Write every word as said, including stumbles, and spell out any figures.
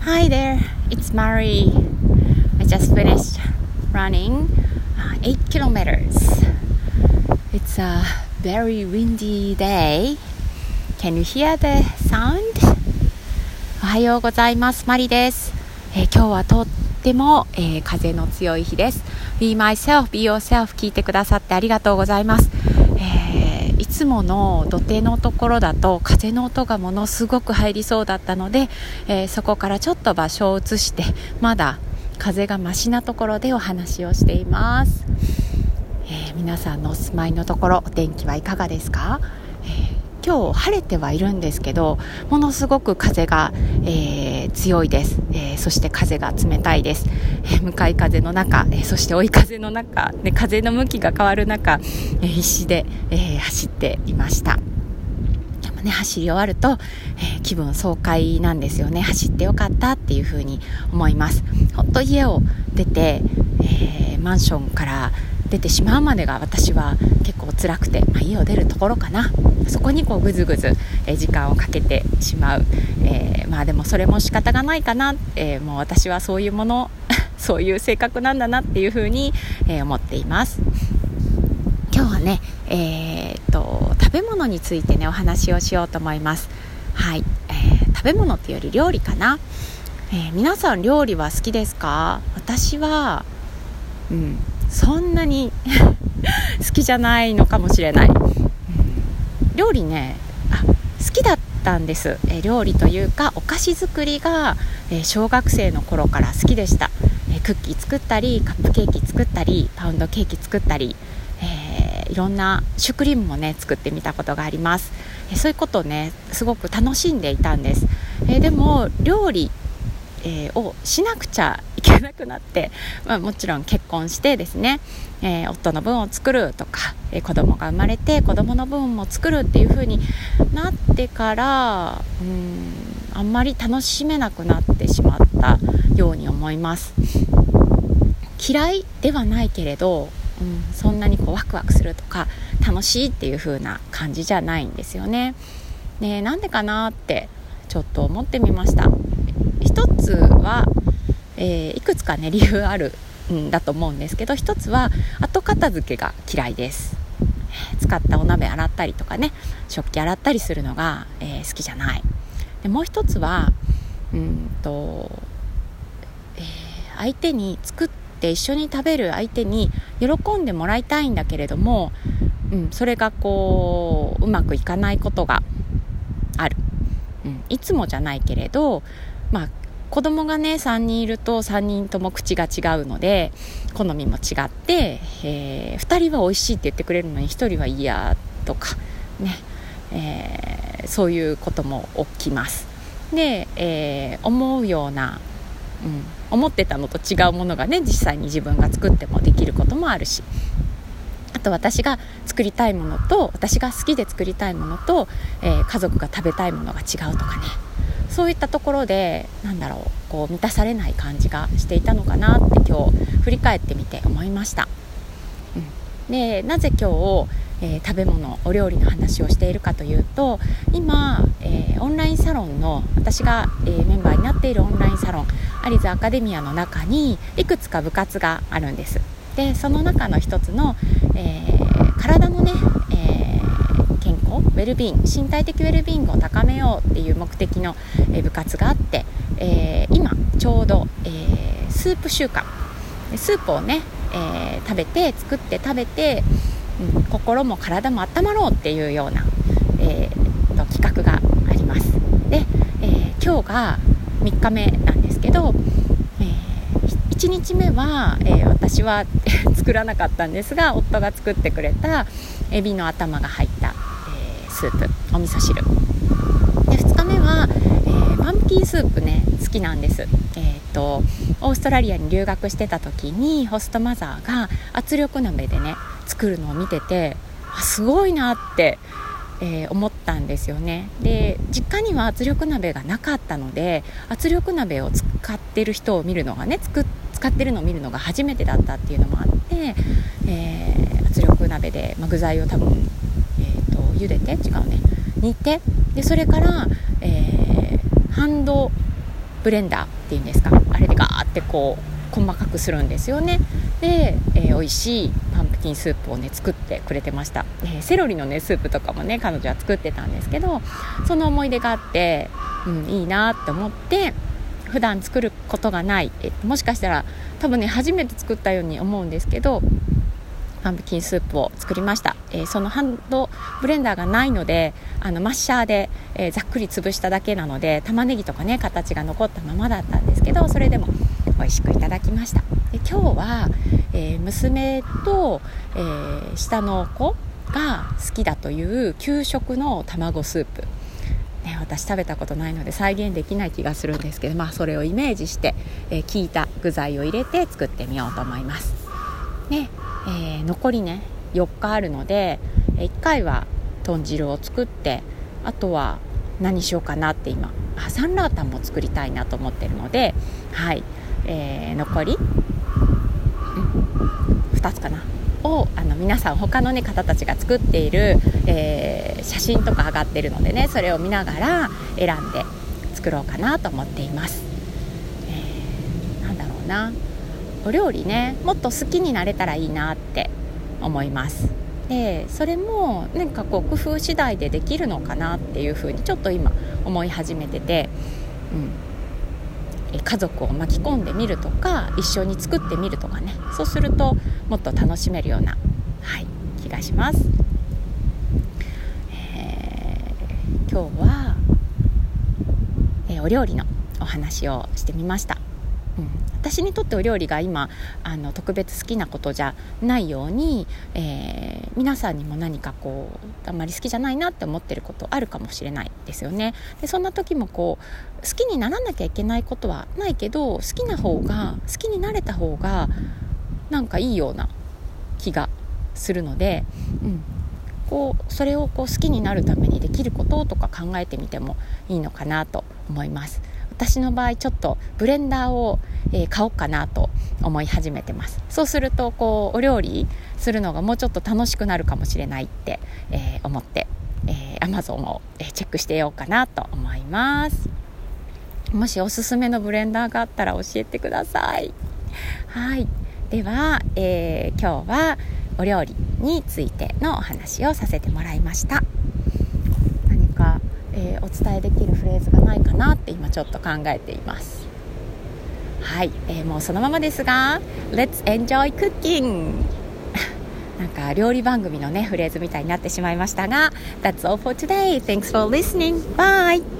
Hi there, it's Mari. I just finished running uh, eight kilometers. It's a very windy day. Can you hear the sound? おはようございます。マリです。えー、今日はとっても、えー、風の強い日です。Be myself, be yourself 聞いてくださってありがとうございます。えー、いつもの土手のところだと風の音がものすごく入りそうだったので、えー、そこからちょっと場所を移してまだ風がマシなところでお話をしています。えー、皆さんのお住まいのところお天気はいかがですか？えー今日晴れてはいるんですけど、ものすごく風が、えー、強いです、えー、そして風が冷たいです、えー、向かい風の中、えー、そして追い風の中で風の向きが変わる中、えー、必死で、えー、走っていました。でもね、走り終わると、えー、気分爽快なんですよね。走ってよかったっていうふうに思います。ほんと家を出て、えー、マンションから出てしまうまでが私は結構辛くて、まあ、家を出るところかな、そこにこうぐずぐず、えー、時間をかけてしまう、えー、まあでもそれも仕方がないかな、えー、もう私はそういうものそういう性格なんだなっていうふうに、えー、思っています。今日はね、えー、っと食べ物についてねお話をしようと思います。はい、えー、食べ物っていうより料理かな、えー、皆さん料理は好きですか？私はうんそんなに好きじゃないのかもしれない、うん、料理ねあ好きだったんです、え料理というかお菓子作りが、え小学生の頃から好きでした、えクッキー作ったりカップケーキ作ったりパウンドケーキ作ったり、えー、いろんなシュークリームもね作ってみたことがあります、えそういうことをねすごく楽しんでいたんです、えでも料理えー、をしなくちゃいけなくなって、まあ、もちろん結婚してですね、えー、夫の分を作るとか、えー、子供が生まれて子供の分も作るっていう風になってからうーんあんまり楽しめなくなってしまったように思います。嫌いではないけれど、うん、そんなにこうワクワクするとか楽しいっていう風な感じじゃないんですよね。で、なんでかなってちょっと思ってみました。一つは、えー、いくつかね理由あるんだと思うんですけど、一つは後片付けが嫌いです。使ったお鍋洗ったりとかね食器洗ったりするのが、えー、好きじゃない。でもう一つはうんと、えー、相手に作って一緒に食べる相手に喜んでもらいたいんだけれども、うん、それがこううまくいかないことがある、うん、いつもじゃないけれどまあ子供がねさんにんいるとさんにんとも口が違うので好みも違って、えー、ふたりは美味しいって言ってくれるのにひとりは嫌とかね、えー、そういうことも起きます。で、えー、思うような、うん、思ってたのと違うものがね実際に自分が作ってもできることもあるし、あと私が作りたいものと私が好きで作りたいものと、えー、家族が食べたいものが違うとかね、そういったところでなんだろうこう満たされない感じがしていたのかなって今日振り返ってみて思いました、うん、でなぜ今日、えー、食べ物お料理の話をしているかというと、今、えー、オンラインサロンの私が、えー、メンバーになっているオンラインサロンアリザアカデミアの中にいくつか部活があるんです。でその中の一つの、えー、体のね、えー、健康ウェルビーイング身体的ウェルビーイングを高めようっていう目的の、えー、部活があって、えー、今ちょうど、えー、スープ週間スープをね、えー、食べて作って食べて、うん、心も体も温まろうっていうような、えー、と企画があります。で、えー、今日がみっかめなんですけど、いちにちめは、えー、私は作らなかったんですが夫が作ってくれたエビの頭が入った、えー、スープお味噌汁で、ふつかめは、えー、パンプキンスープね好きなんです、えー、とオーストラリアに留学してた時にホストマザーが圧力鍋でね作るのを見ててあすごいなって、えー、思ったんですよね。で実家には圧力鍋がなかったので圧力鍋を使ってる人を見るのがね作って使ってるのを見るのが初めてだったっていうのもあって、えー、圧力鍋で、まあ、具材を多分、えー、と茹でて違うね煮てでそれから、えー、ハンドブレンダーっていうんですか、あれでガーってこう細かくするんですよね。で、えー、美味しいパンプキンスープをね作ってくれてました。えー、セロリのねスープとかもね彼女は作ってたんですけど、その思い出があって、うん、いいなって思って、普段作ることがない、えもしかしたら多分ね初めて作ったように思うんですけど、パンプキンスープを作りました。えー、そのハンドブレンダーがないので、あのマッシャーで、えー、ざっくり潰しただけなので、玉ねぎとかね形が残ったままだったんですけど、それでも美味しくいただきました。で今日は、えー、娘と、えー、下の子が好きだという給食の卵スープ、ね、私食べたことないので再現できない気がするんですけど、まあ、それをイメージして、えー、効いた具材を入れて作ってみようと思います。ねえー、残りねよっかあるので、いっかいは豚汁を作って、あとは何しようかなって今あサンラータンも作りたいなと思ってるので、はい、えー、残り、うん、ふたつかなをあの皆さん他の、ね、方たちが作っている、えー、写真とか上がってるのでね、それを見ながら選んで作ろうかなと思っています。えー、なんだろうな、お料理ねもっと好きになれたらいいなって思います。でそれもなんかこう工夫次第でできるのかなっていうふうにちょっと今思い始めてて、うん、家族を巻き込んでみるとか一緒に作ってみるとかね、そうするともっと楽しめるような、はい、気がします。えー、今日は、えー、お料理のお話をしてみました。うん、私にとってお料理が今あの特別好きなことじゃないように、えー、皆さんにも何かこうあんまり好きじゃないなって思ってることあるかもしれないですよね。でそんな時もこう好きにならなきゃいけないことはないけど、好きな方が好きになれた方がなんかいいような気がするので、うん、こうそれをこう好きになるためにできることとか考えてみてもいいのかなと思います。私の場合ちょっとブレンダーを、えー、買おうかなと思い始めてます。そうするとこうお料理するのがもうちょっと楽しくなるかもしれないって、えー、思って、えー、Amazon を、えー、チェックしてようかなと思います。もしおすすめのブレンダーがあったら教えてください。はい、では、えー、今日はお料理についてのお話をさせてもらいました。何かえー、お伝えできるフレーズがないかなって今ちょっと考えています。はい、えー、もうそのままですが Let's enjoy cooking なんか料理番組のねフレーズみたいになってしまいましたが That's all for today. Thanks for listening. Bye.